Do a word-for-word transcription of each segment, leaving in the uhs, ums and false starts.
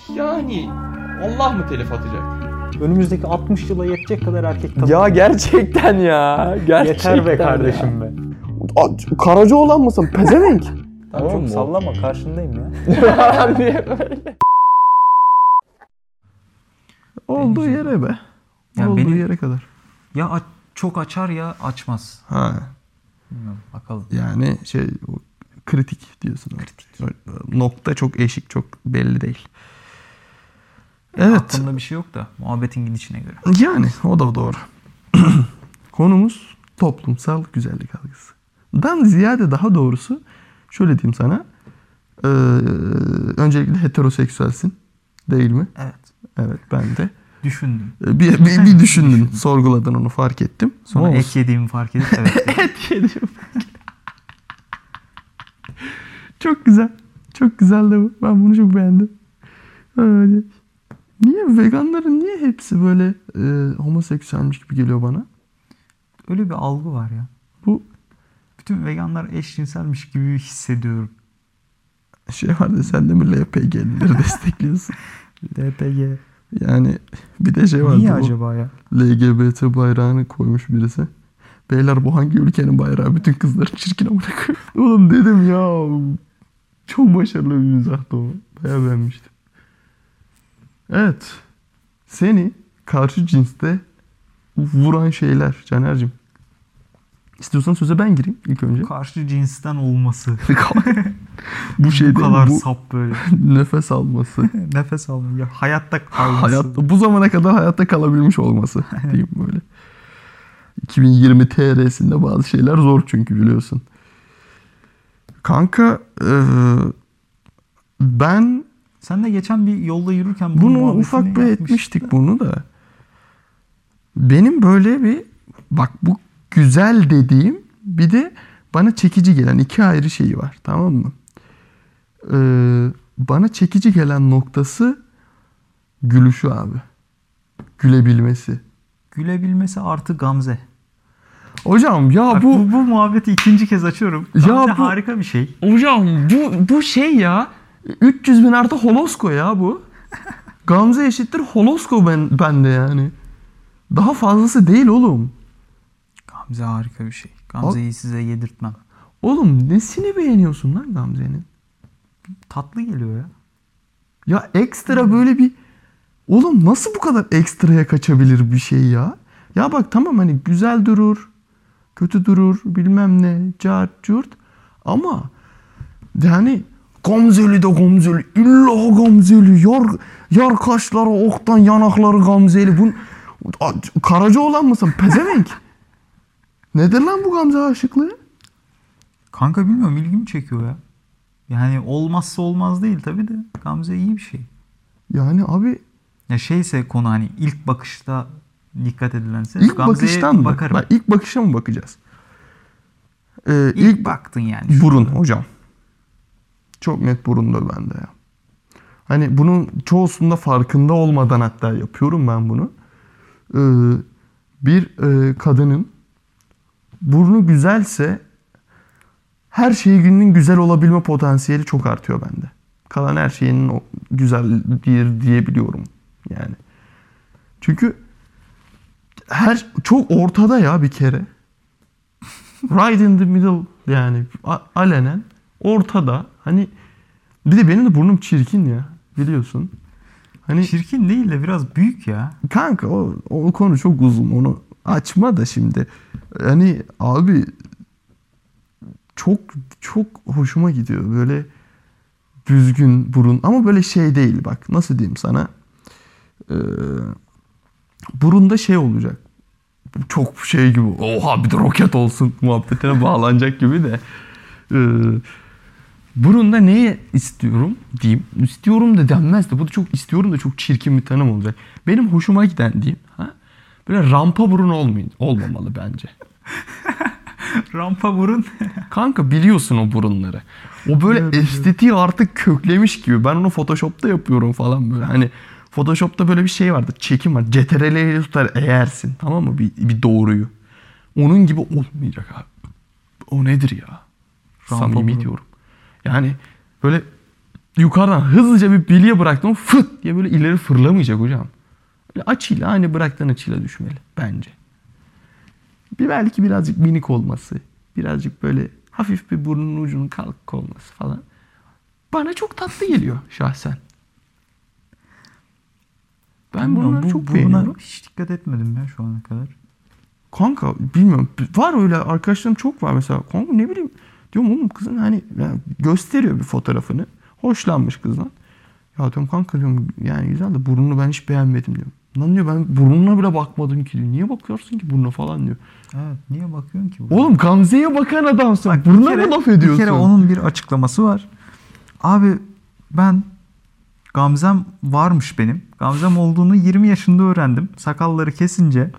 Yani Allah mı telif atacak? Önümüzdeki altmış yıla yetecek kadar erkek tanıdım. Ya gerçekten ya. Gerçekten Yeter be kardeşim be. Karaca olan mısın? Pezevenk. Tamam, çok sallama, karşındayım ya. Niye böyle? Olduğu yere be. Ya Olduğu benim- yere kadar. Ya aç- çok açar ya açmaz. Ha. Bilmiyorum, bakalım. Yani şey o kritik diyorsun. Kritik. Nokta çok eşik, çok belli değil. Evet. Aklımda bir şey yok da muhabbetin gidişine göre. Yani o da doğru. Konumuz toplumsal güzellik algısı. Dan ziyade daha doğrusu şöyle diyeyim sana. Ee, öncelikle heteroseksüelsin. Değil mi? Evet. Evet, ben de. Düşündüm. Bir, bir, bir düşündün, sorguladın, onu fark ettim. Sonra Olsun. et yediğimi fark edip evet dedim. Et yedim. Çok güzel. Çok güzel de bu. Ben bunu çok beğendim. Öyle. Niye veganların niye hepsi böyle e, homoseksüelmiş gibi geliyor bana? Öyle bir algı var ya. Bu Bütün veganlar eşcinselmiş gibi hissediyorum. şey vardı, sen de mi L P G'lileri destekliyorsun? L P G. Yani bir de şey vardı. Niye bu, acaba ya? L G B T bayrağını koymuş birisi. Beyler bu hangi ülkenin bayrağı? Bütün kızların çirkin amına koyuyor. Oğlum dedim ya. Çok başarılı bir mizahtı o. Bayağı beğenmiştim. Evet. Seni karşı cinste vuran şeyler Caner'cim. İstiyorsan söze ben gireyim ilk önce. Karşı cinsten olması. Bu şey Bu değil, kadar bu sap böyle. nefes alması. Nefes alma. Ya hayatta kalması. Hayatta, bu zamana kadar hayatta kalabilmiş olması diyeyim böyle. iki bin yirmi T R'sinde bazı şeyler zor çünkü biliyorsun. Kanka e, ben Sen de geçen bir yolda yürürken bunun bunu muhabbetini ufak bir yapmıştın etmiştik da. bunu da. Benim böyle bir bak bu güzel dediğim bir de bana çekici gelen iki ayrı şeyi var, tamam mı? Ee, bana çekici gelen noktası gülüşü abi. Gülebilmesi. Gülebilmesi artı Gamze. Hocam ya Bak, bu, bu, bu muhabbeti ikinci kez açıyorum. Ya Gamze bu- harika bir şey. hocam bu bu şey ya üç yüz bin artı holosko ya bu. Gamze eşittir holosko ben bende yani. Daha fazlası değil oğlum. Gamze harika bir şey. Gamze'yi size yedirtmem. Oğlum nesini beğeniyorsun lan Gamze'nin? Tatlı geliyor ya. Ya ekstra böyle bir... Oğlum nasıl bu kadar ekstraya kaçabilir bir şey ya? Ya bak tamam hani güzel durur, kötü durur, bilmem ne, cart curt. Ama yani Gamzeli de Gamzeli, illa Gamzeli, yar, yar kaşları oktan, yanakları Gamzeli. Bu, Karaca olan mısın? Pezevenk. Nedir lan bu Gamze aşıklığı? Kanka bilmiyorum, ilgimi çekiyor ya. Yani olmazsa olmaz değil tabii de. Gamze iyi bir şey. Yani abi Ya şeyse konu hani ilk bakışta dikkat edilense. ilk Gamze'ye bakıştan mı? bakarım. Bak, ilk bakışa mı bakacağız? Ee, İlk, baktın yani. burun hocam. Çok net burundur bende ya. Hani bunun çoğusunda farkında olmadan hatta yapıyorum ben bunu. Ee, bir e, kadının burnu güzelse her şeyinin güzel olabilme potansiyeli çok artıyor bende. Kalan her şeyinin o güzeldir diyebiliyorum yani. Çünkü her çok ortada ya bir kere. Right in the middle yani a- alenen ortada. Hani bir de benim de burnum çirkin ya biliyorsun. Hani Çirkin değil de biraz büyük ya. kanka o, o konu çok uzun, onu açma da şimdi. Hani abi çok çok hoşuma gidiyor böyle düzgün burun ama böyle şey değil, bak nasıl diyeyim sana. Ee, burunda şey olacak. Çok şey gibi, oha bir de roket olsun muhabbetine bağlanacak gibi de. Ee, burunda neyi istiyorum diyeyim. İstiyorum da denmez de, bu da çok istiyorum da çok çirkin bir tanım olacak. Benim hoşuma giden diyeyim. Ha? Böyle rampa burun olmayın, olmamalı bence. Rampa burun. Kanka biliyorsun o burunları. O böyle Evet, estetiği artık köklemiş gibi. Ben onu Photoshop'ta yapıyorum falan böyle. Hani Photoshop'ta böyle bir şey vardı. Çekim var. C T R L'ye tutar eğersin. Tamam mı? Bir, bir doğruyu. Onun gibi olmayacak abi. O nedir ya? Rampa Samimi burun. diyorum. Yani böyle yukarıdan hızlıca bir bilye bıraktım. Fıt diye böyle ileri fırlamayacak hocam. Böyle açıyla, aynı bıraktığın açıyla düşmeli bence. Bir belki birazcık minik olması. Birazcık böyle hafif bir burnun ucunun kalkık olması falan. Bana çok tatlı geliyor şahsen. Ben bunları bu, çok buna beğeniyorum. hiç dikkat etmedim ya şu ana kadar. Kanka bilmiyorum. Var öyle arkadaşlarım çok var mesela. Kanka ne bileyim. Diyorum oğlum kızın hani yani gösteriyor bir fotoğrafını. Hoşlanmış kızdan. Ya diyorum kanka diyorum yani güzel de burnunu ben hiç beğenmedim diyorum. Lan diyor ben burnuna bile bakmadım ki diyor. Niye bakıyorsun ki burnuna falan diyor. Evet, niye bakıyorsun ki? Bu? Oğlum Gamze'ye bakan adamsın. Bak, Burnuna bir kere- mı laf ediyorsun? Bir kere onun bir açıklaması var. Abi ben Gamzem varmış benim. Gamzem olduğunu yirmi yaşında öğrendim. Sakalları kesince.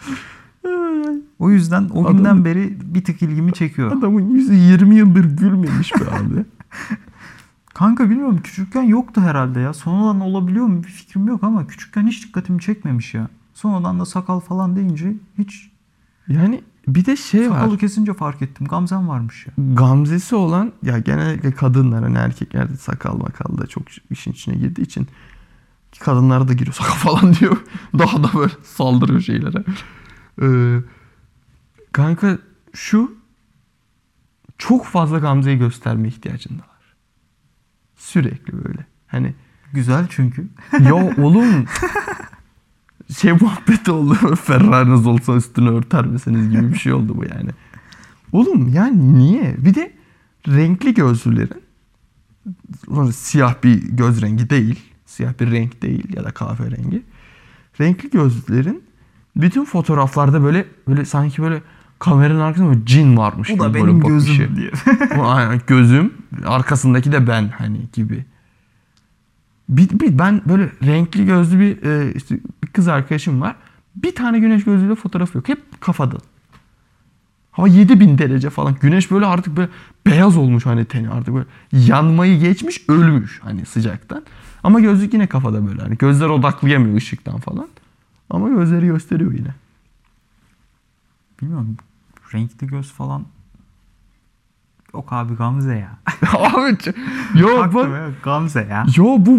O yüzden o günden Adam- beri bir tık ilgimi çekiyor. Adamın yüzü yirmi yıldır gülmemiş be abi. Kanka bilmiyorum, küçükken yoktu herhalde ya. Sonradan olabiliyor mu bir fikrim yok ama küçükken hiç dikkatimi çekmemiş ya. Sonradan da sakal falan deyince hiç Yani bir de şey var. sakalı kesince fark ettim. Gamzem varmış ya. Gamzesi olan ya genellikle kadınlar hani erkeklerde sakal makal da çok işin içine girdiği için kadınlara da giriyor sakal falan diyor. Daha da böyle saldırıyor şeylere. Ee, kanka şu çok fazla Gamze'yi gösterme ihtiyacında var. Sürekli böyle. Hani Güzel çünkü. ya oğlum şey muhabbeti oldu. Ferrari'niz olsa üstünü örter misiniz gibi bir şey oldu bu yani. Oğlum yani niye? Bir de renkli gözlülerin siyah bir göz rengi değil. Siyah bir renk değil ya da kahverengi. Renkli gözlülerin bütün fotoğraflarda böyle böyle sanki böyle kameranın arkasında böyle cin varmış Bu gibi da böyle benim bakışı. gözüm diye. Aynen, gözüm arkasındaki de ben hani gibi. Bir, bir ben böyle renkli gözlü bir e, işte bir kız arkadaşım var. Bir tane güneş gözlüğüyle fotoğraf yok. Hep kafada. Hava yedi bin derece falan. Güneş böyle artık böyle beyaz olmuş hani teni artık böyle yanmayı geçmiş, ölmüş hani sıcaktan. Ama gözlük yine kafada böyle hani gözler odaklayamıyor ışıktan falan. Ama gözleri gösteriyor yine. Bilmiyorum. Renkli göz falan. Yok abi, Gamze ya. Abi ç- yo Hakkım bak ya, Gamze ya. yo bu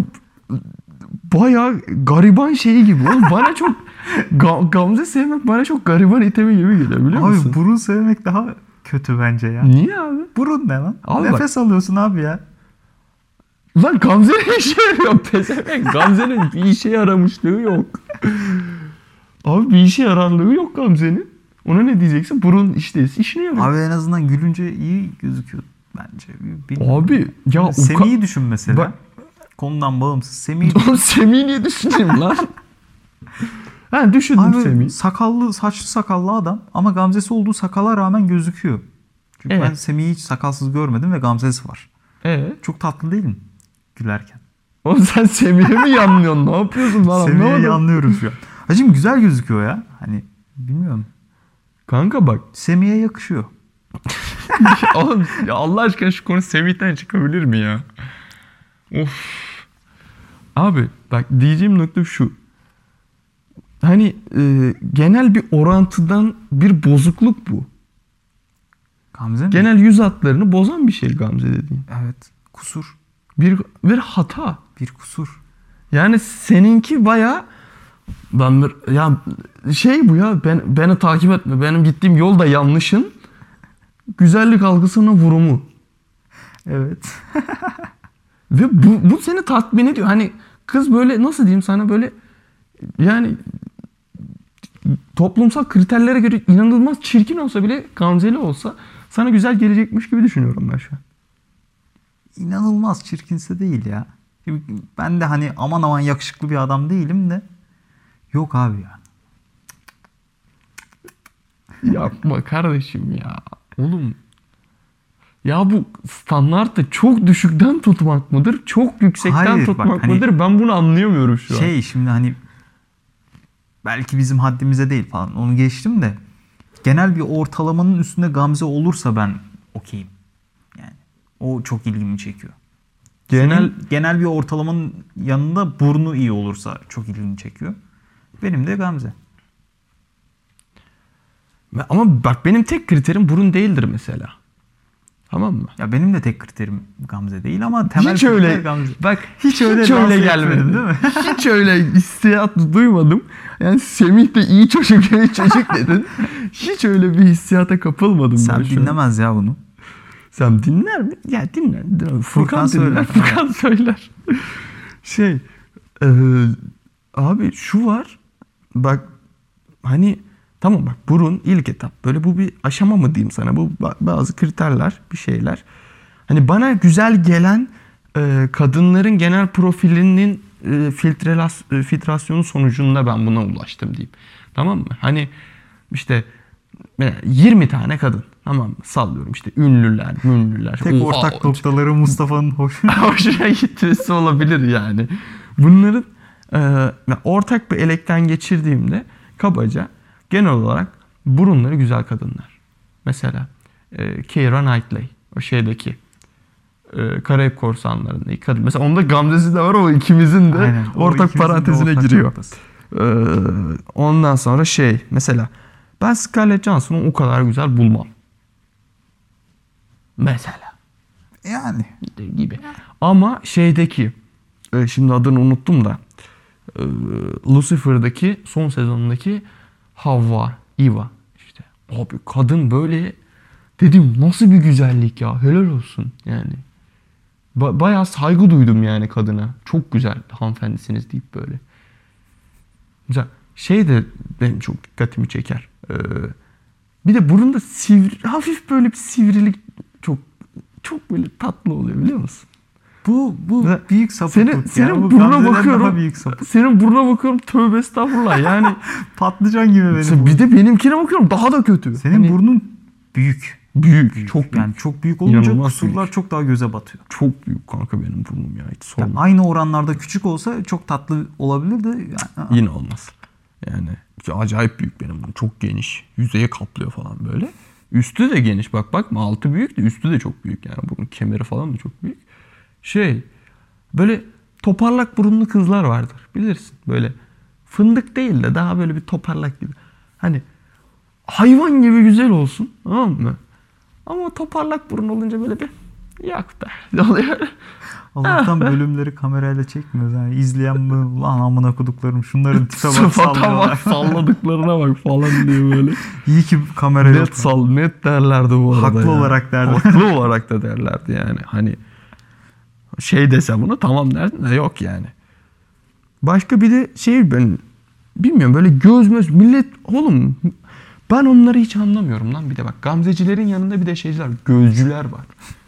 bayağı gariban şeyi gibi. Oğlum bana çok Ga- Gamze sevmek bana çok gariban itemi gibi geliyor biliyor Abi musun? burun sevmek daha kötü bence ya. Niye abi? Burun ne lan? Abi Nefes alıyorsun abi ya. Lan Gamze ne işe yarıyor? Pezevenk. Gamze'nin bir işe yaramışlığı yok. Abi bir işe yararlığı yok Gamze'nin. Ona ne diyeceksin? Burun işte işine yarıyor. Abi en azından gülünce iyi gözüküyor bence. Bilmiyorum. Abi ya o Semih'i düşün mesela. Bak- Konudan bağımsız. Semih'i Oğlum Semih'i niye düşüneyim lan? Ha düşündüm Abi Semih. sakallı, saçlı sakallı adam ama Gamzesi olduğu sakala rağmen gözüküyor. Çünkü Evet. ben Semih'i hiç sakalsız görmedim ve Gamzesi var. Evet. Çok tatlı değil mi? Gülerken. Oğlum sen Semih'i mi yanlıyorsun? Ne yapıyorsun lan? Semih'i Anlamadım. anlıyoruz şu an. Hacım güzel gözüküyor ya. Hani bilmiyorum. Kanka bak. Semih'e yakışıyor. Oğlum ya Allah aşkına şu konu Semih'ten çıkabilir mi ya? Of. Abi bak diyeceğim nokta şu. Hani e, genel bir orantıdan bir bozukluk bu. Gamze mi? Genel yüz hatlarını bozan bir şey Gamze dediğin. Evet. Kusur. Bir, bir hata. Bir kusur. Yani seninki baya ben bir, ya şey bu ya ben beni takip etme. Benim gittiğim yol da yanlışın güzellik algısına vurumu. Evet. Ve bu, bu seni tatmin ediyor. Hani kız böyle nasıl diyeyim sana böyle yani toplumsal kriterlere göre inanılmaz çirkin olsa bile Gamzeli olsa sana güzel gelecekmiş gibi düşünüyorum ben şu an. İnanılmaz çirkinse değil ya. Şimdi ben de hani aman aman yakışıklı bir adam değilim de. Yok abi ya. Yapma kardeşim ya. Oğlum. Ya bu standartı çok düşükten tutmak mıdır? Çok yüksekten Hayır, bak tutmak hani mıdır? Ben bunu anlayamıyorum şu an. Şey şimdi hani belki bizim haddimize değil falan, onu geçtim de genel bir ortalamanın üstünde Gamze olursa ben okeyim. Yani o çok ilgimi çekiyor. Genel Senin genel bir ortalamanın yanında burnu iyi olursa çok ilgimi çekiyor. Benim de Gamze. ama bak benim tek kriterim burun değildir mesela. Tamam mı? Ya benim de tek kriterim Gamze değil ama temel Hiç kriter öyle Gamze. bak Hiç hiç öyle öyle, dans gelmedim etmedim, değil mi? Hiç öyle hissiyat duymadım. Yani Semih de iyi çocuk iyi çocuk dedin. Hiç öyle bir hissiyata kapılmadım Sen ben şu an. dinlemez ya bunu. Sen dinler mi? Ya dinler. dinler. Furkan, Furkan dinler. söyler. Furkan söyler. Şey e, abi şu var. Bak hani tamam bak burun ilk etap. Böyle bu bir aşama mı diyeyim sana? Bu bazı kriterler, bir şeyler. Hani bana güzel gelen e, kadınların genel profilinin e, filtrelas, e, filtrasyonu sonucunda ben buna ulaştım diyeyim. Tamam mı? Hani işte yirmi tane kadın. Tamam mı? Sallıyorum işte ünlüler, münlüler. Tek Oha, ortak noktaları Mustafa'nın hoşuna. hoşuna gitmesi olabilir yani. Bunların e, ortak bir elekten geçirdiğimde kabaca genel olarak burunları güzel kadınlar. Mesela e, Keira Knightley o şeydeki e, Karayip Korsanları'ndaki kadın. Mesela onda Gamze'si de var, o ikimizin de Aynen, o ortak ikimizin de parantezine ortak giriyor. noktası. E, ondan sonra şey mesela ben Scarlett Johansson'u o kadar güzel bulmam. Mesela. Yani. Gibi. Ama şeydeki e, şimdi adını unuttum da e, Lucifer'daki son sezonundaki Havva, Eva işte. Abi kadın böyle dedim nasıl bir güzellik ya, helal olsun yani. Ba- bayağı saygı duydum yani kadına. Çok güzel hanımefendisiniz deyip böyle. Mesela şey de benim çok dikkatimi çeker. Ee, bir de burunda sivri, hafif böyle bir sivrilik çok çok böyle tatlı oluyor biliyor musun? Bu bu Ve büyük sapıklık. Senin, ya. senin Bu burnuna Gamze'den bakıyorum. daha büyük sapık. Senin burnuna bakıyorum, tövbe estağfurullah yani. Patlıcan gibi benim. Mesela bir de benimkine bakıyorum daha da kötü. Senin Hani burnun büyük. büyük, Büyük. çok büyük. Yani çok büyük olunca İnanılmaz kusurlar büyük. çok daha göze batıyor. Çok büyük kanka benim burnum ya, hiç sorma. Yani aynı oranlarda küçük olsa çok tatlı olabilirdi. Yani, Yine olmaz. Yani acayip büyük benim burnum. Çok geniş. Yüzeye kaplıyor falan böyle. Üstü de geniş. Bak bakma, altı büyük de üstü de çok büyük yani. Bunun kemeri falan da çok büyük. Şey böyle toparlak burunlu kızlar vardır. Bilirsin. Böyle fındık değil de daha böyle bir toparlak gibi. Hani hayvan gibi güzel olsun. Tamam mı? Ama toparlak burun olunca böyle bir yak be oluyor. Allah'tan bölümleri kamerayla çekmiyoruz. Yani izleyen mi lan amına koduklarım şunların tipe bak Sıfata bak, sallıyorlar. salladıklarına bak falan diye böyle. İyi ki kamera yok. Net sal, net derlerdi bu arada. Haklı ya. olarak derler. Haklı olarak da derlerdi yani. Hani şey dese bunu tamam derdin de yok yani. Başka bir de şey ben bilmiyorum böyle göz möz millet oğlum ben onları hiç anlamıyorum lan. Bir de bak Gamzecilerin yanında bir de şeyciler gözcüler var.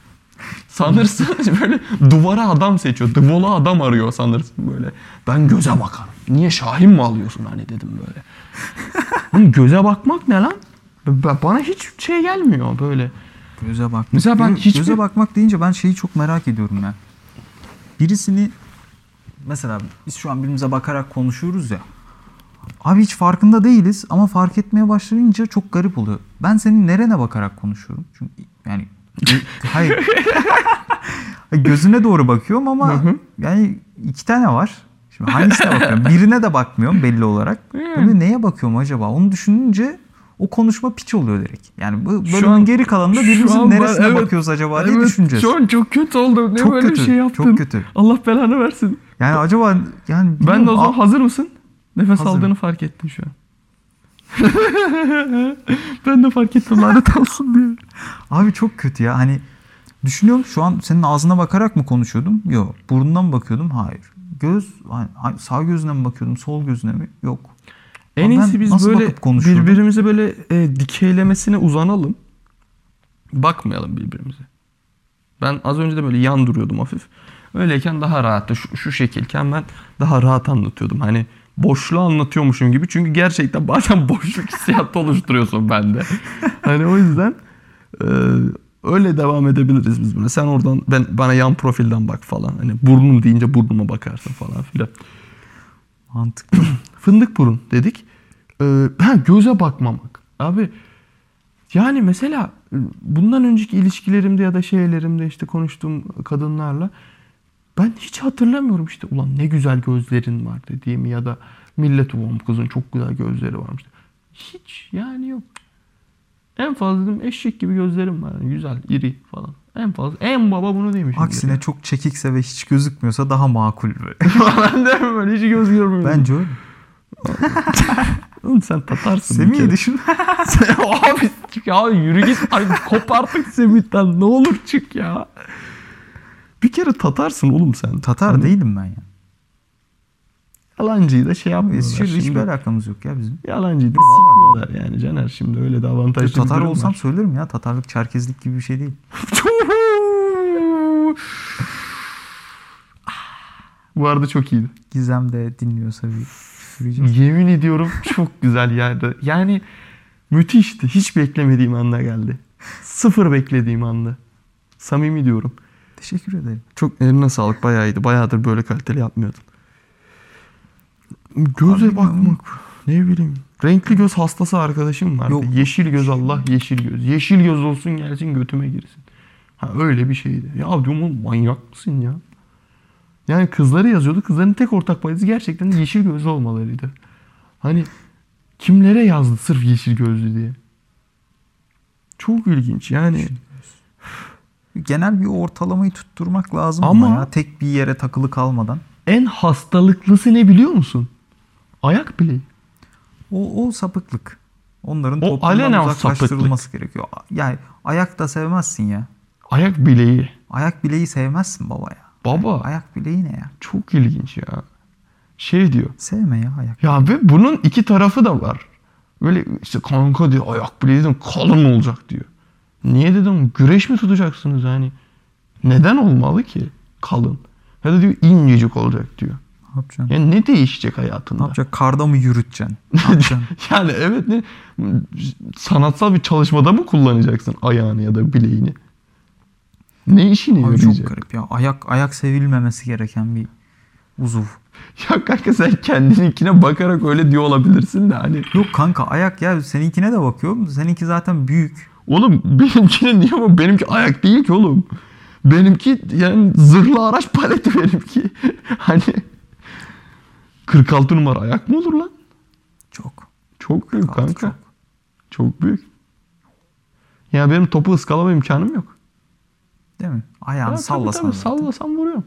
Sanırsın böyle duvara adam seçiyor. Dıvola adam arıyor sanırsın böyle. Ben göze bakarım. Niye Şahin mi alıyorsun hani dedim böyle. Oğlum göze bakmak ne lan? B- Bana hiç şey gelmiyor böyle. Göze bakmak. Mesela ben Gö- hiçbir- Göze bakmak deyince ben şeyi çok merak ediyorum ya. Birisini mesela biz şu an birbirimize bakarak konuşuyoruz ya. Abi hiç farkında değiliz ama fark etmeye başlayınca çok garip oluyor. Ben senin nerene bakarak konuşuyorum? Çünkü yani hayır. Gözüne doğru bakıyorum ama yani iki tane var. Şimdi hangisine bakıyorum? Birine de bakmıyorum belli olarak. Böyle neye bakıyorum acaba? Onu düşününce o konuşma piç oluyor direkt. Yani bu Şu bölümün an- geri kalanında şu birbirimizin an ben- neresine evet, bakıyoruz acaba diye Evet, düşüneceğiz. Şu an çok kötü oldu. Ne Çok böyle kötü, bir şey yaptın? çok kötü. Allah belanı versin. Yani acaba yani Ben de o bilmiyorum, zaman a- hazır mısın? Nefes Hazırım. aldığını fark ettim şu an. Ben de fark ettim lanet olsun diye. abi çok kötü ya. Hani düşünüyorum şu an senin ağzına bakarak mı konuşuyordum? Yok. Burnuna mı bakıyordum? Hayır. Göz hani sağ gözüne mi bakıyordum? Sol gözüne mi? Yok. En Ama ben iyisi biz nasıl böyle bakıp konuşuyordum? birbirimize böyle e, dikeylemesine uzanalım. Bakmayalım birbirimize. Ben az önce de böyle yan duruyordum hafif. Öyleyken daha rahattı. Şu, şu şekilken ben daha rahat anlatıyordum. Hani boşluğu anlatıyormuşum gibi. Çünkü gerçekten bazen boşluk hissiyatı oluşturuyorsun bende. Hani o yüzden e, öyle devam edebiliriz biz buna. Sen oradan ben bana yan profilden bak falan. Hani burnum deyince burnuma bakarsın falan filan. Mantıklı. Fındık burun dedik. Ee, ha, göze bakmamak. Abi yani mesela bundan önceki ilişkilerimde ya da şeylerimde işte konuştuğum kadınlarla ben hiç hatırlamıyorum işte ulan ne güzel gözlerin var dediğimi ya da millet ulan kızın çok güzel gözleri varmış. Hiç yani yok. En fazla dedim eşek gibi gözlerim var. Yani güzel, iri falan. En fazla. En baba bunu demiş. Aksine çok çekikse ve hiç gözükmüyorsa daha makul böyle. Ben de böyle hiç göz görmüyorum. Bence öyle. Oğlum sen Tatarsın. Semih'i düşün. Abi çık ya, yürü git. Ay, kop artık Semih'ten. Ne olur çık ya. Bir kere Tatarsın oğlum sen. Tatar Hani değilim ben ya. Yalancıyı da şey yapmıyorlar. Eskişehir'le hiçbir şimdi. alakamız yok ya bizim. Yalancıyı da Vallahi. sikmiyorlar yani Caner, şimdi öyle de avantajlı bir Tatar durum olsam var. söylerim ya. Tatarlık, Çerkezlik gibi bir şey değil. Bu arada çok iyiydi. Gizem de dinliyorsa bir süreceğiz. Yemin ediyorum çok güzel yerde. Yani müthişti. Hiç beklemediğim anda geldi. Sıfır beklediğim anda. Samimi diyorum. Teşekkür ederim. Çok eline sağlık. Bayağı iyiydi. Bayağıdır böyle kaliteli yapmıyordun. Göze Abi, bakmak. Ne bileyim. Renkli göz hastası arkadaşım vardı. Yok. Yeşil göz, Allah yeşil göz. Yeşil göz olsun gelsin götüme girsin. Ha öyle bir şeydi. Ya diyorum oğlum, manyak mısın ya? Yani kızları yazıyordu. Kızların tek ortak paydası gerçekten yeşil gözlü olmalarıydı. Hani kimlere yazdı sırf yeşil gözlü diye. Çok ilginç yani. Genel bir ortalamayı tutturmak lazım ama, Ama- ya. Tek bir yere takılı kalmadan. En hastalıklısı ne biliyor musun? Ayak bileği. O, o sapıklık. Onların O toplumdan alenen uzaklaştırılması gerekiyor. Yani ayak da sevmezsin ya. Ayak bileği. Ayak bileği sevmezsin baba ya. Baba. Ayak bileği ne ya? Çok ilginç ya. Şey diyor. Sevme ya ayak. Ya ve bunun iki tarafı da var. Böyle işte kanka diyor, ayak bileği dedim kalın olacak diyor. Niye dedim, güreş mi tutacaksınız yani? Neden olmalı ki kalın? Ya da diyor incecik olacak diyor. Ne yapacaksın? Yani ne değişecek hayatında? Ne yapacaksın? Karda mı yürüteceksin? Ne yapacaksın? Yani evet, ne sanatsal bir çalışmada mı kullanacaksın ayağını ya da bileğini? Ne işine Abi yarayacak? çok garip ya. Ayak ayak sevilmemesi gereken bir uzuv. Ya kanka sen kendininkine bakarak öyle diyor olabilirsin de hani. Yok kanka ayak ya, seninkine de bakıyorum. Seninki zaten büyük. Oğlum benimkine niye bu? Benimki ayak değil ki oğlum. Benimki yani zırhlı araç paleti benimki. Hani kırk altı numara ayak mı olur lan? Çok. Çok büyük kırk altı kanka. çok. Çok büyük. Ya benim topu ıskalama imkanım yok. Değil mi? Ayağını Ya sallasan. tabii, tabii, zaten. sallasam vuruyorum.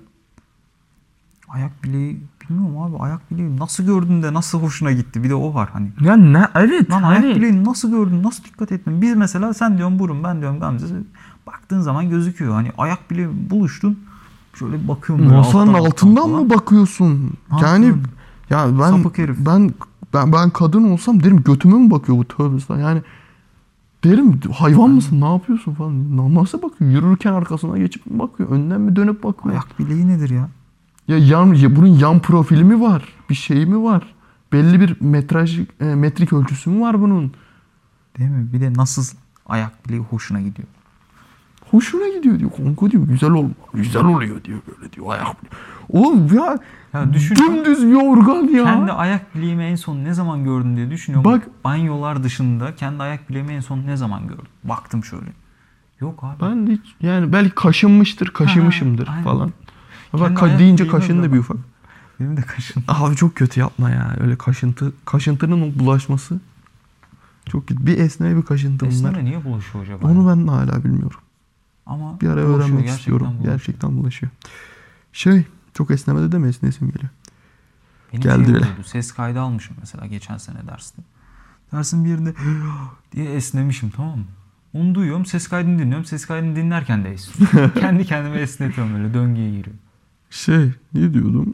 Ayak bileği bilmiyorum abi, ayak bileği nasıl gördün de nasıl hoşuna gitti, bir de o var hani. Ya ne evet Lan hani. ayak bileğini nasıl gördün, nasıl dikkat ettin? Biz mesela sen diyorsun burun, ben diyorum Gamze, baktığın zaman gözüküyor. Hani ayak bileği buluştun, şöyle bakıyorum. böyle Masanın alttan altından falan. mı bakıyorsun? Ne Yani yapıyorsun? ya ben Sapık herif. ben ben ben kadın olsam derim götüme mi bakıyor bu, tövbe estağfurullah. Yani derim hayvan mısın, ne yapıyorsun falan. Na- Nasıl bakıyor? Yürürken arkasına geçip mi bakıyor? Önden mi dönüp bakıyor? Ayak bileği nedir ya? Ya yan ya bunun yan profili mi var? Bir şey mi var? Belli bir metraj e, metrik ölçüsü mü var bunun? Değil mi? Bir de nasıl ayak bileği hoşuna gidiyor. Hoşuna gidiyor diyor. Kanka diyor güzel ol güzel oluyor diyor, böyle diyor ayak. Oğlum ya, Ya düşün. dümdüz bir organ ya. Kendi ayak bileğimi en son ne zaman gördün diye düşünüyorum. Bak- Banyolar dışında kendi ayak bileğimi en son ne zaman gördüm? Baktım şöyle. Yok abi. Ben de hiç, yani belki kaşınmıştır, kaşımışımdır Ha, aynen. falan. Kendi Bak ka- ayak deyince bileğime kaşındı bile bir bak. ufak. Benim de kaşın. Abi çok kötü, yapma ya. Öyle kaşıntı, kaşıntının o bulaşması çok kötü. Bir esneme bir kaşıntı bunlar. Esneme niye bulaşıyor acaba? Onu ben de hala bilmiyorum. Ama Bir ara bulaşıyor, öğrenmek gerçekten istiyorum. bulaşıyor. Gerçekten bulaşıyor. Şey, çok esnemede de mi esnesim geliyor? Benim Geldi şey bile. oluyordu, ses kaydı almışım mesela geçen sene derste. Dersin bir yerinde diye esnemişim, tamam mı? Onu duyuyorum, ses kaydını dinliyorum. Ses kaydını dinlerken de esniyorum. Kendi kendime esnetiyorum, böyle döngüye giriyor. Şey, ne diyordum?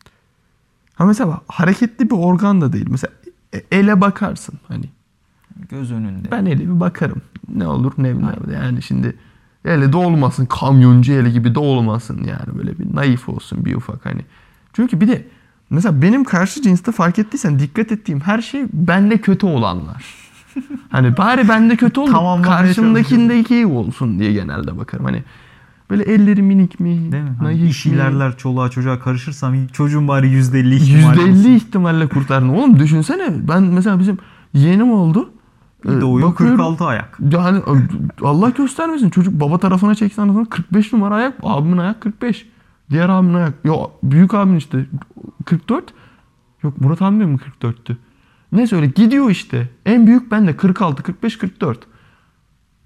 Ha mesela hareketli bir organ da değil. Mesela e- ele bakarsın hani. Göz önünde. Ben ele bir bakarım. Ne olur ne bilmem. Yani şimdi ele de olmasın. Kamyoncu eli gibi de olmasın yani. Böyle bir naif olsun bir ufak hani. Çünkü bir de mesela benim karşı cinste fark ettiysen dikkat ettiğim her şey bende kötü olanlar. Hani bari bende kötü olur. Tamamlamaya Karşımdakindeki iyi olsun diye genelde bakarım. Hani böyle elleri minik mi? Değil mi? Hani naif iş mi? ilerler, çoluğa çocuğa karışırsam çocuğun bari yüzde elli ihtimali yüzde elli olsun. ihtimalle kurtardın. Oğlum düşünsene, ben mesela bizim yeğenim oldu. Bir Ee, doğuyor bakıyorum, kırk altı ayak. Yani Allah göstermesin, çocuk baba tarafına çeksen sonra kırk beş numara ayak, abimin ayak kırk beş. Diğer abimin ayak, yok büyük abimin işte kırk dört. Yok Murat abim mi kırk dörttü? Neyse öyle gidiyor işte. En büyük ben de kırk altı, kırk beş, kırk dört.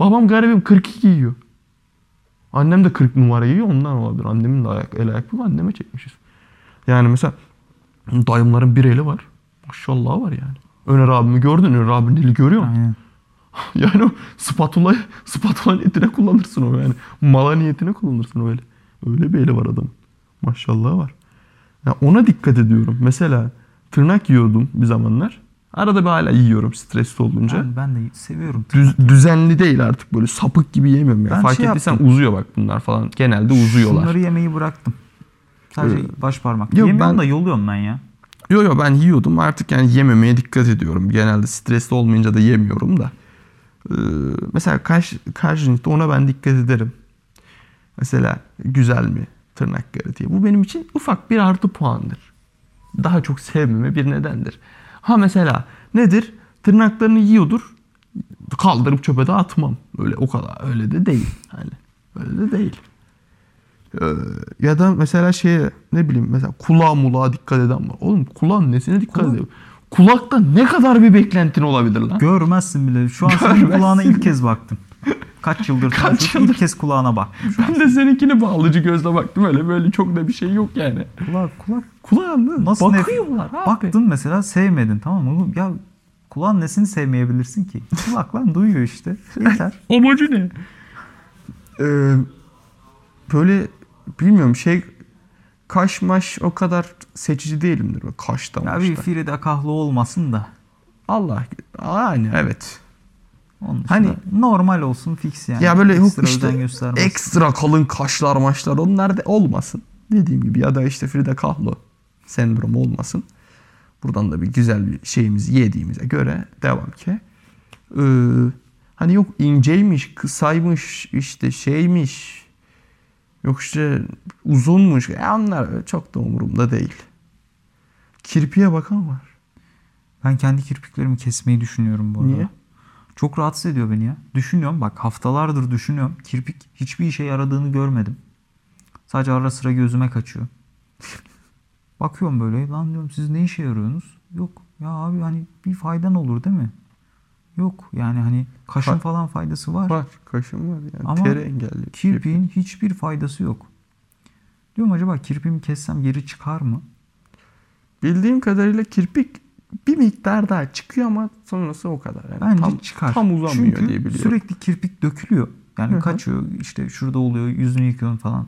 Babam garibim kırk iki giyiyor. Annem de kırk numara giyiyor, ondan olabilir. Annemin de ayak, el ayakkabı anneme çekmişiz. Yani mesela dayımların bir eli var. Maşallah var yani. Öner abimi gördün. Öner abinin eli görüyor musun? Aynen. Yani o spatula, spatula niyetine kullanırsın o yani. Mala niyetine kullanırsın öyle. Öyle bir eli var adamın. Maşallah var. Ya ona dikkat ediyorum. Mesela tırnak yiyordum bir zamanlar. Arada bir hala yiyorum stresli olunca. Ben, ben de seviyorum. Düz, düzenli değil artık, böyle sapık gibi yemiyorum ya. Ben Fark şey ettiysen yaptım. uzuyor bak bunlar falan. Genelde uzuyorlar. Şunları yemeyi bıraktım. Sadece Ee, baş parmak. yok, Yemiyorum ben- da yoluyorum ben ya. Yo yo ben yiyordum artık, yani yememeye dikkat ediyorum. Genelde stresli olmayınca da yemiyorum da. Ee, mesela karşı, karşılıklı ona ben dikkat ederim. Mesela güzel mi tırnakları diye. Bu benim için ufak bir artı puandır. Daha çok sevmeme bir nedendir. Ha mesela nedir? Tırnaklarını yiyordur. Kaldırıp çöpe de atmam. Öyle o kadar. Öyle de değil. Hani öyle de değil. Ee, ya da mesela şeye ne bileyim mesela kulağa mulağa dikkat eden var. Oğlum kulağın nesine dikkat Kulak- ediyor? Kulakta ne kadar bir beklentin olabilir lan? Görmezsin bile. Şu an senin Görmezsin kulağına ilk bile. kez baktım. Kaç yıldır Kaç tanışıyoruz, yıldır? ilk kez kulağına baktım şu an. Ben de seninkine bağlıcı gözle baktım, öyle böyle çok da bir şey yok yani. Kulak kulak. Kulağında Nasıl nef- bakıyorlar abi. Baktın mesela sevmedin, tamam mı? Ya kulağın nesini sevmeyebilirsin ki? Kulak lan duyuyor işte. Yeter. Amacı ne? Ee, böyle bilmiyorum şey, kaş maş o kadar seçici değilimdir. Böyle kaşta Ya maşta. bir Frida Kahlo olmasın da. Allah. Yani evet. Onun Hani- hani normal olsun, fix yani. Ya böyle yok Ekstra işte özen göstermez. ekstra kalın kaşlar maşlar onlar da olmasın. Dediğim gibi, ya da işte Frida Kahlo sendromu olmasın. Buradan da bir güzel bir şeyimizi yediğimize göre devam ki. Ee, hani yok inceymiş, kısaymış, işte şeymiş. Yok işte uzunmuş. Ya onlar çok da umurumda değil. Kirpiye bakan var. Ben kendi kirpiklerimi kesmeyi düşünüyorum bu arada. Niye? Çok rahatsız ediyor beni ya. Düşünüyorum, bak haftalardır düşünüyorum. Kirpik hiçbir işe yaradığını görmedim. Sadece ara sıra gözüme kaçıyor. Bakıyorum böyle, lan diyorum siz ne işe yarıyorsunuz? Yok ya abi, hani bir faydan olur değil mi? Yok yani hani kaşın Ka- falan faydası var. Var. Kaşım var yani. Ama Teri engelliyor. Kirpiğin hiçbir faydası yok. Diyorum acaba kirpiğimi kessem geri çıkar mı? Bildiğim kadarıyla kirpik bir miktar daha çıkıyor ama sonrası o kadar. Yani Bence tam, çıkar. Tam uzamıyor Çünkü diye biliyorum. sürekli kirpik dökülüyor. Yani Hı hı. kaçıyor, işte şurada oluyor, yüzünü yıkıyorsun falan.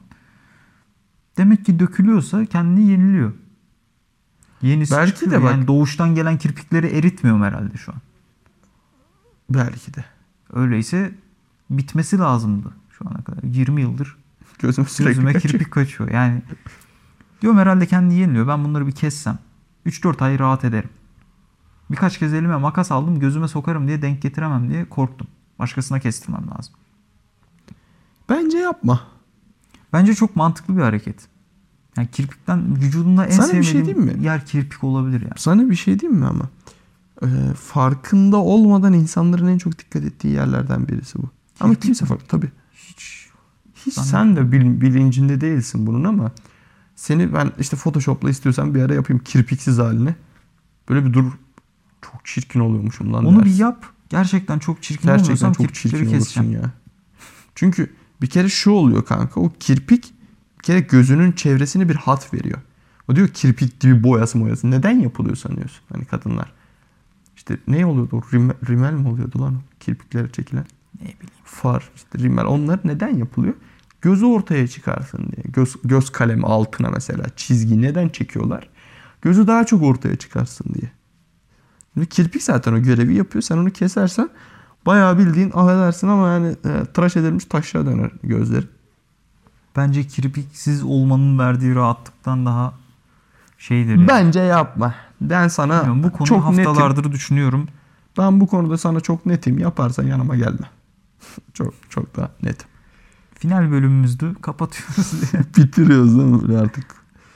Demek ki dökülüyorsa kendini yeniliyor. Yenisi Belki çıkıyor. de bak- Yani doğuştan gelen kirpikleri eritmiyorum herhalde şu an. Belki de. Öyleyse bitmesi lazımdı şu ana kadar. yirmi yıldır Gözüm sürekli gözüme kaçıyor. kirpik kaçıyor. Yani diyorum herhalde kendini yeniliyor. Ben bunları bir kessem üç dört ay rahat ederim. Birkaç kez elime makas aldım, gözüme sokarım diye denk getiremem diye korktum. Başkasına kestirmem lazım. Bence yapma. Bence çok mantıklı bir hareket. Yani kirpikten vücudunda en Sana bir şey sevmediğim diyeyim mi? yer kirpik olabilir yani. Sana bir şey diyeyim mi ama? Ee, farkında olmadan insanların en çok dikkat ettiği yerlerden birisi bu. Ama Kirpik kimse mi? fark tabii. Hiç hiç Ben- sen de bil- bilincinde değilsin bunun ama seni ben işte Photoshop'la istiyorsan bir ara yapayım kirpiksiz halini. Böyle bir dur, çok çirkin oluyormuşum lan Onu bir dersin. yap. Gerçekten çok çirkin Gerçekten olmuyorsam çok kirpikleri çirkin olursun keseceğim. ya. Çünkü bir kere şu oluyor kanka, o kirpik bir kere gözünün çevresine bir hat veriyor. O diyor kirpik gibi boyası boyası. Neden yapılıyor sanıyorsun? Hani kadınlar. İşte ne oluyordu? O rimel, rimel mi oluyordu lan o kirpiklere çekilen? Ne bileyim. Far, işte rimel. Onlar neden yapılıyor? Gözü ortaya çıkarsın diye. Göz, göz kalemi altına mesela çizgi neden çekiyorlar? Gözü daha çok ortaya çıkarsın diye. Şimdi kirpik zaten o görevi yapıyor. Sen onu kesersen bayağı bildiğin affedersin ama yani e, tıraş edilmiş taşa döner gözleri. Bence kirpiksiz olmanın verdiği rahatlıktan daha şeydir ya. Bence yapma. Ben sana Bilmiyorum, bu konu çok netim. haftalardır düşünüyorum. Ben bu konuda sana çok netim. Yaparsan yanıma gelme. çok çok da netim. Final bölümümüzdü. Kapatıyoruz diye. Bitiriyoruz değil mi böyle artık?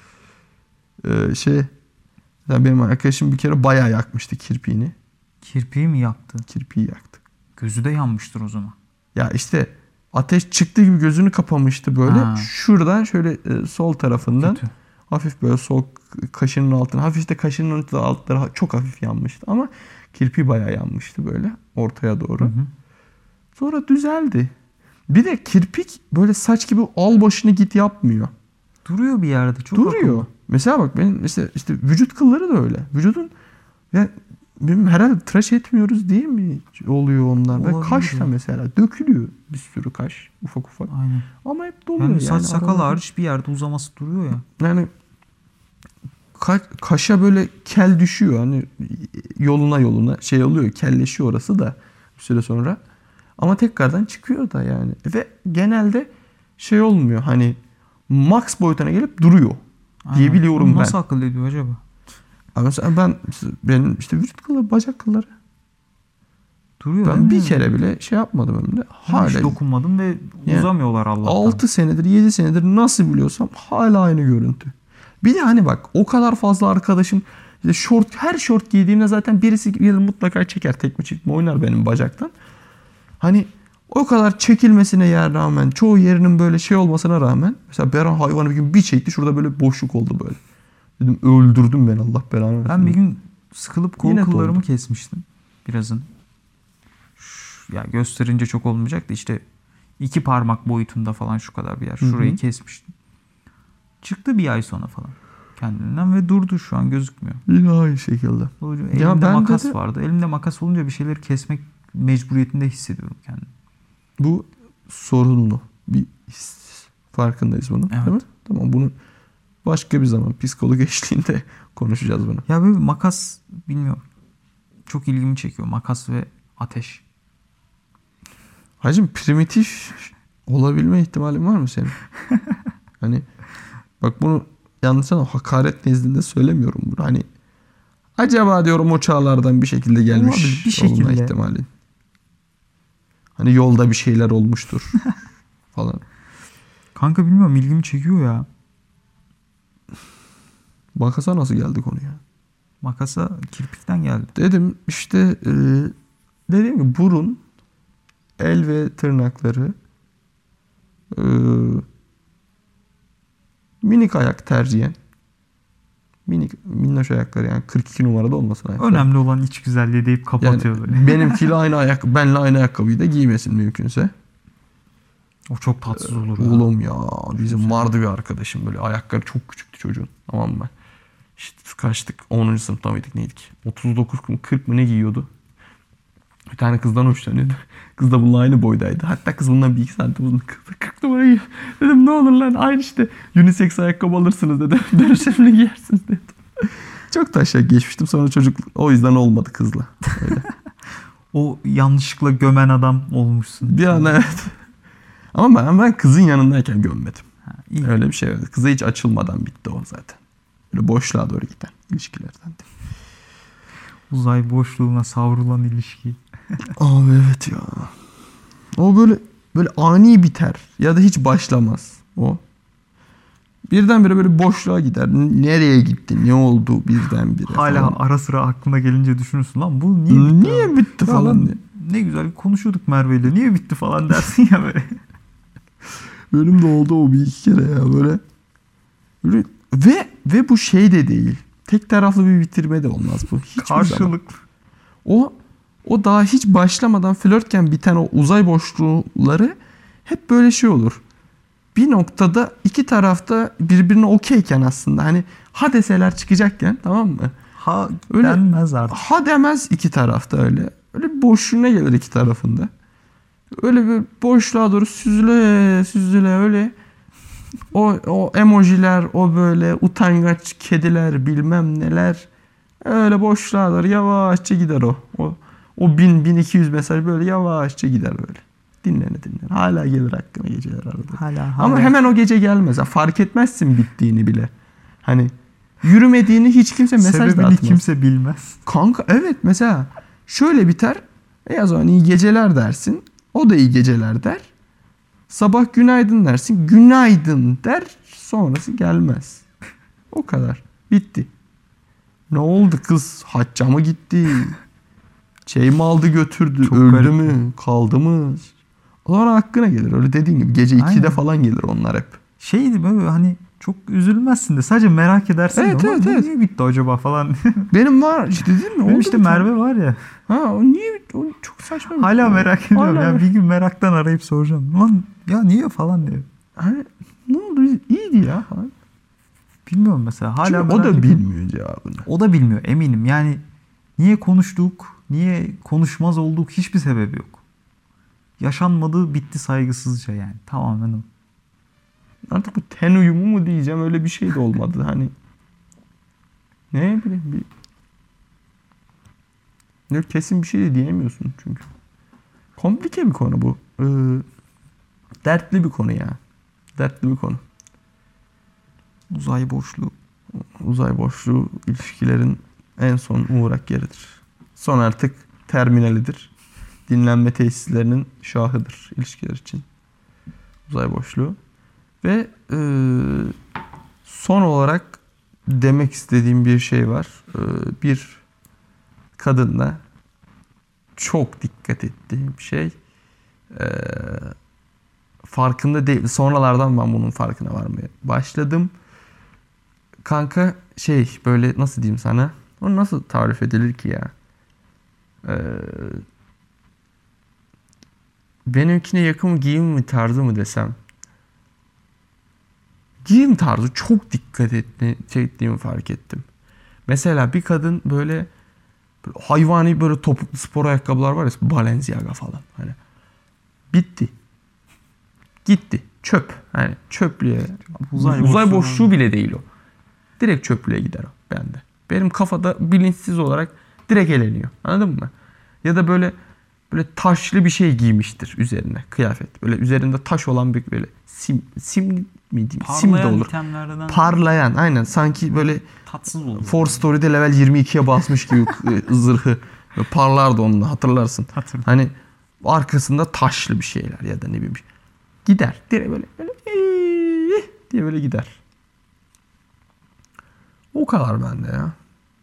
Ee, şey yani benim arkadaşım bir kere bayağı yakmıştı kirpiğini. Kirpiği mi yaktı? Kirpiği yaktı. Gözü de yanmıştır o zaman. Ya işte ateş çıktı gibi gözünü kapamıştı böyle. Ha. Şuradan şöyle e, sol tarafından Kötü. hafif böyle sol kaşının altına, hafif de kaşının altları çok hafif yanmıştı ama kirpiği bayağı yanmıştı böyle ortaya doğru. Hı hı. Sonra düzeldi. Bir de kirpik böyle saç gibi al başını git yapmıyor. Duruyor bir yerde. Çok Duruyor. akıllı. Mesela bak benim işte, işte vücut kılları da öyle. Vücudun ya benim herhalde tıraş etmiyoruz diye mi oluyor onlar? Ve Olabilir kaş da ya. mesela dökülüyor bir sürü kaş ufak ufak. Aynen. Ama hep doluyor Yani yani. saç sakal aralarda. hariç bir yerde uzaması duruyor ya. Yani ka- kaşa böyle kel düşüyor. Hani yoluna yoluna şey oluyor. Kelleşiyor orası da bir süre sonra. Ama tekrardan çıkıyor da yani. Ve genelde şey olmuyor. Hani max boyutuna gelip duruyor diye Aynen. biliyorum Bunu ben. nasıl akıl ediyor acaba? Ama mesela ben benim işte vücut kılları, bacak kılları Duruyor ben değil bir mi? kere bile şey yapmadım önümde. Ben Hala hiç dokunmadım ve Yani uzamıyorlar Allah'tan. altı senedir yedi senedir nasıl biliyorsam hala aynı görüntü. Bir de hani bak o kadar fazla arkadaşım işte şort, her şort giydiğimde zaten birisi gelir mutlaka çeker, tekme çekme oynar benim bacaktan. Hani o kadar çekilmesine yer rağmen, çoğu yerinin böyle şey olmasına rağmen mesela Beran hayvanı bir gün bir çekti, şurada böyle boşluk oldu böyle. Dedim öldürdüm ben, Allah belanı versin. Ben bir gün sıkılıp kol Yine kıllarımı doldu. kesmiştim. Birazın. Şu- Ya gösterince çok olmayacak da işte iki parmak boyutunda falan şu kadar bir yer. Şurayı Hı hı. kesmiştim. Çıktı bir ay sonra falan kendinden ve durdu, şu an gözükmüyor. Yine aynı şekilde. Elimde Ya ben makas de- vardı. Elimde makas olunca bir şeyleri kesmek mecburiyetinde hissediyorum kendimi. Bu sorunlu bir his. Farkındayız bunun. Evet. Değil mi? Tamam, bunu başka bir zaman psikolog eşliğinde konuşacağız bunu. Ya böyle makas, bilmiyorum. Çok ilgimi çekiyor. Makas ve ateş. Hacım primitif olabilme ihtimalin var mı senin? Hani bak bunu yanlış ama hakaret nezdinde söylemiyorum bunu. Hani acaba diyorum o çağlardan bir şekilde gelmiş Olabilir, bir olma şekilde. ihtimalin. Hani yolda bir şeyler olmuştur falan. Kanka bilmiyorum, ilgimi çekiyor ya. Makasa nasıl geldi konuya? Makasa kirpikten geldi. Dedim işte e, dediğim gibi burun, el ve tırnakları, e, minik ayak tercihen. Minik, minnoş ayakları yani kırk iki numarada olmasın ayakları. Önemli olan iç güzelliği deyip kapatıyor Yani böyle. benimkiyle aynı ayak, benle aynı ayakkabıyı da giymesin mümkünse. O çok tatsız olur ya. Oğlum ya bizim vardı bir arkadaşım böyle ayakları çok küçüktü çocuğun, tamam mı? İşte kaçtık, onuncu sınıfta mıydık neydik? otuz dokuz mu kırk mı ne giyiyordu? Bir tane kızdan hoşlanıyordu. Kız da bununla aynı boydaydı. Hatta kız bundan bir iki santim uzun. Kız da kırk numara giyiyor. Dedim ne olur lan aynı işte unisex ayakkabı alırsınız dedim. Dönüşümlü giyersiniz dedim. Çok da aşağı geçmiştim. Sonra çocuk o yüzden olmadı kızla. Öyle. O yanlışlıkla gömen adam olmuşsun. Bir an evet. Ama ben, ben kızın yanındayken gömmedim. Ha, iyi. Öyle bir şey vardı. Kıza hiç açılmadan bitti o zaten. Böyle boşluğa doğru giden ilişkilerden. Uzay boşluğuna savrulan ilişki. Abi evet ya. O böyle böyle ani biter ya da hiç başlamaz o. Birdenbire böyle boşluğa gider. Nereye gitti? Ne oldu birdenbire Hala falan. ara sıra aklına gelince düşünürsün, lan bu niye bitti? Niye abi? bitti Ya falan lan diye. Ne güzel konuşuyorduk Merve'yle. Niye bitti falan dersin ya böyle. Benim de oldu o bir iki kere ya böyle. Böyle ve ve bu şey de değil. Tek taraflı bir bitirme de olmaz bu. Hiçbir zaman. Karşılıklı. O o daha hiç başlamadan flörtken biten o uzay boşlukları hep böyle şey olur. Bir noktada iki tarafta birbirine okeyken aslında hani ha deseler çıkacakken, tamam mı? Ha Öyle- denmez artık. Ha demez iki tarafta öyle. Öyle bir boşluğuna gelir iki tarafında. Öyle bir boşluğa doğru süzüle süzüle öyle. O, o emojiler, o böyle utangaç kediler bilmem neler. Öyle boşluğa doğru yavaşça gider o. O, o bin, bin iki yüz mesaj böyle yavaşça gider böyle. Dinlene dinlene. Hala gelir hakkına geceler arada. Hala, hala. Ama hemen o gece gelmez. Ha, fark etmezsin bittiğini bile. Hani yürümediğini hiç kimse mesaj da sebebini atmaz. kimse bilmez. Kanka evet mesela şöyle biter. E o zaman iyi geceler dersin. O da iyi geceler der. Sabah günaydın dersin. Günaydın der. Sonrası gelmez. O kadar. Bitti. Ne oldu kız? Hacca mı gitti? Şey mi aldı götürdü? Çok Öldü garip. mü? Kaldı mı? O zaman hakkına gelir. Öyle dediğin gibi gece ikide Aynen. falan gelir onlar hep. Şeydi böyle hani Çok üzülmezsin de sadece merak edersin. Evet, de, "Ulan evet, bu evet. niye bitti acaba falan. Benim var işte değil mi? Benim Oldu işte bir tane. Merve var ya. Ha o niye bitti? O çok saçma. bir Hala şey. merak ediyorum. Hala ya merak- bir gün meraktan arayıp soracağım. Lan ya niye falan diyor. Hani, ne oldu? İyiydi ya falan. Bilmiyorum mesela. Hala Çünkü o merak da ediyorum. bilmiyor cevabını. O da bilmiyor eminim. Yani niye konuştuk, niye konuşmaz olduk hiçbir sebebi yok. Yaşanmadı bitti saygısızca yani. Tamamen o. Artık bu ten uyumu mu diyeceğim, öyle bir şey de olmadı. Hani ne bileyim bir yok, kesin bir şey de diyemiyorsun çünkü. Komplike bir konu bu. Ee, dertli bir konu ya. Dertli bir konu. Uzay boşluğu. Uzay boşluğu ilişkilerin en son uğrak yeridir. Son artık terminalidir. Dinlenme tesislerinin şahıdır ilişkiler için. Uzay boşluğu. Ve e, son olarak demek istediğim bir şey var. E, bir kadınla çok dikkat ettiğim şey, e, farkında değil. Sonralardan ben bunun farkına varmaya başladım. Kanka şey böyle nasıl diyeyim sana? O nasıl tarif edilir ki ya? Ee, benimkine yakın mı, giyim mi tarzı mı desem? Giyim tarzı çok dikkat etme, ettiğimi fark ettim. Mesela bir kadın böyle, böyle hayvani böyle topuklu spor ayakkabılar var ya, Balenciaga falan. Hani bitti. Gitti. Çöp. Hani çöplüğe. Uzay Uzay, boşluğu. boşluğu bile değil o. Direkt çöplüğe gider o bende. Benim kafada bilinçsiz olarak direkt eleniyor. Anladın mı? Ya da böyle böyle taşlı bir şey giymiştir üzerine, kıyafet. Böyle üzerinde taş olan bir böyle sim sim mi diyeyim? Sim de Parlayan olur. itemlerden Parlayan, aynen. Sanki böyle tatsız oldu. Four Story'de level yirmi ikiye basmış gibi zırhı. Böyle parlardı onunla, hatırlarsın. Hatırladım. Hani arkasında taşlı bir şeyler ya da ne bileyim. Gider. Direkt böyle böyle "Eee" diye böyle gider. O kadar bende ya.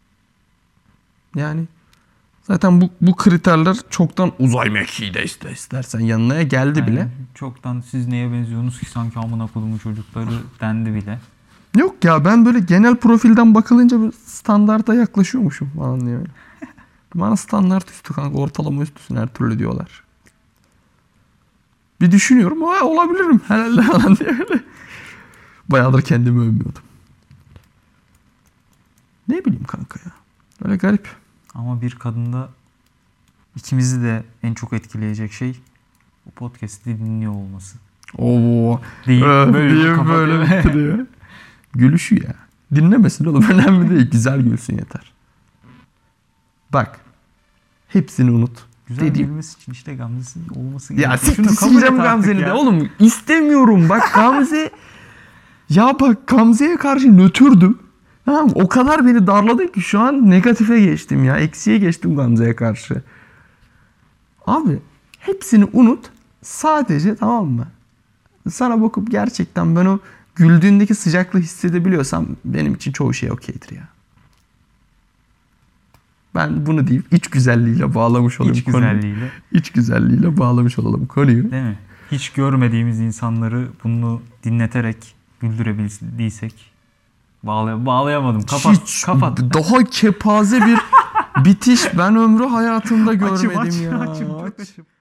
Yani zaten bu bu kriterler çoktan uzay mekiği de iste istersen yanına geldi Yani bile. çoktan siz neye benziyorsunuz ki sanki amına kodumun çocukları dendi bile. Yok ya, ben böyle genel profilden bakılınca bir standarda yaklaşıyormuşum falan diye. Bana standart üstü kanka, ortalama üstüsün her türlü diyorlar. Bir düşünüyorum, ha olabilirim herhalde falan diye öyle. Bayağıdır kendimi övmüyordum. Ne bileyim kanka ya. Böyle garip. Ama bir kadında ikimizi de en çok etkileyecek şey bu podcast'i dinliyor olması. Oo. Değil, Öf böyle diye kafa- böyle bitiriyor. Gülüşü ya. Dinlemesin oğlum, önemli değil. Güzel gülsün yeter. Bak. Hepsini unut. Güzel Dediğim- gelmesi için işte Gamze'si olması Ya gerekiyor. Şunu siktir kabul sikeceğim et artık Gamze'ni ya. de. Oğlum istemiyorum. Bak Gamze. Ya bak Gamze'ye karşı nötrdüm. Tamam, o kadar beni darladı ki şu an negatife geçtim ya. Eksiye geçtim Gamze'ye karşı. Abi hepsini unut. Sadece, tamam mı? Sana bakıp gerçekten ben o güldüğündeki sıcaklığı hissedebiliyorsam benim için çoğu şey okeydir ya. Ben bunu deyip iç güzelliğiyle bağlamış olayım İç konuyu. güzelliğiyle. İç güzelliğiyle bağlamış olalım konuyu. Değil mi? Hiç görmediğimiz insanları bunu dinleterek güldürebildiysek bağlay bağlayamadım. Kapat. Hiç kapat. daha kepaze bir bitiş ben ömrü hayatımda görmedim Açım, açım, ya. açım, çok açım.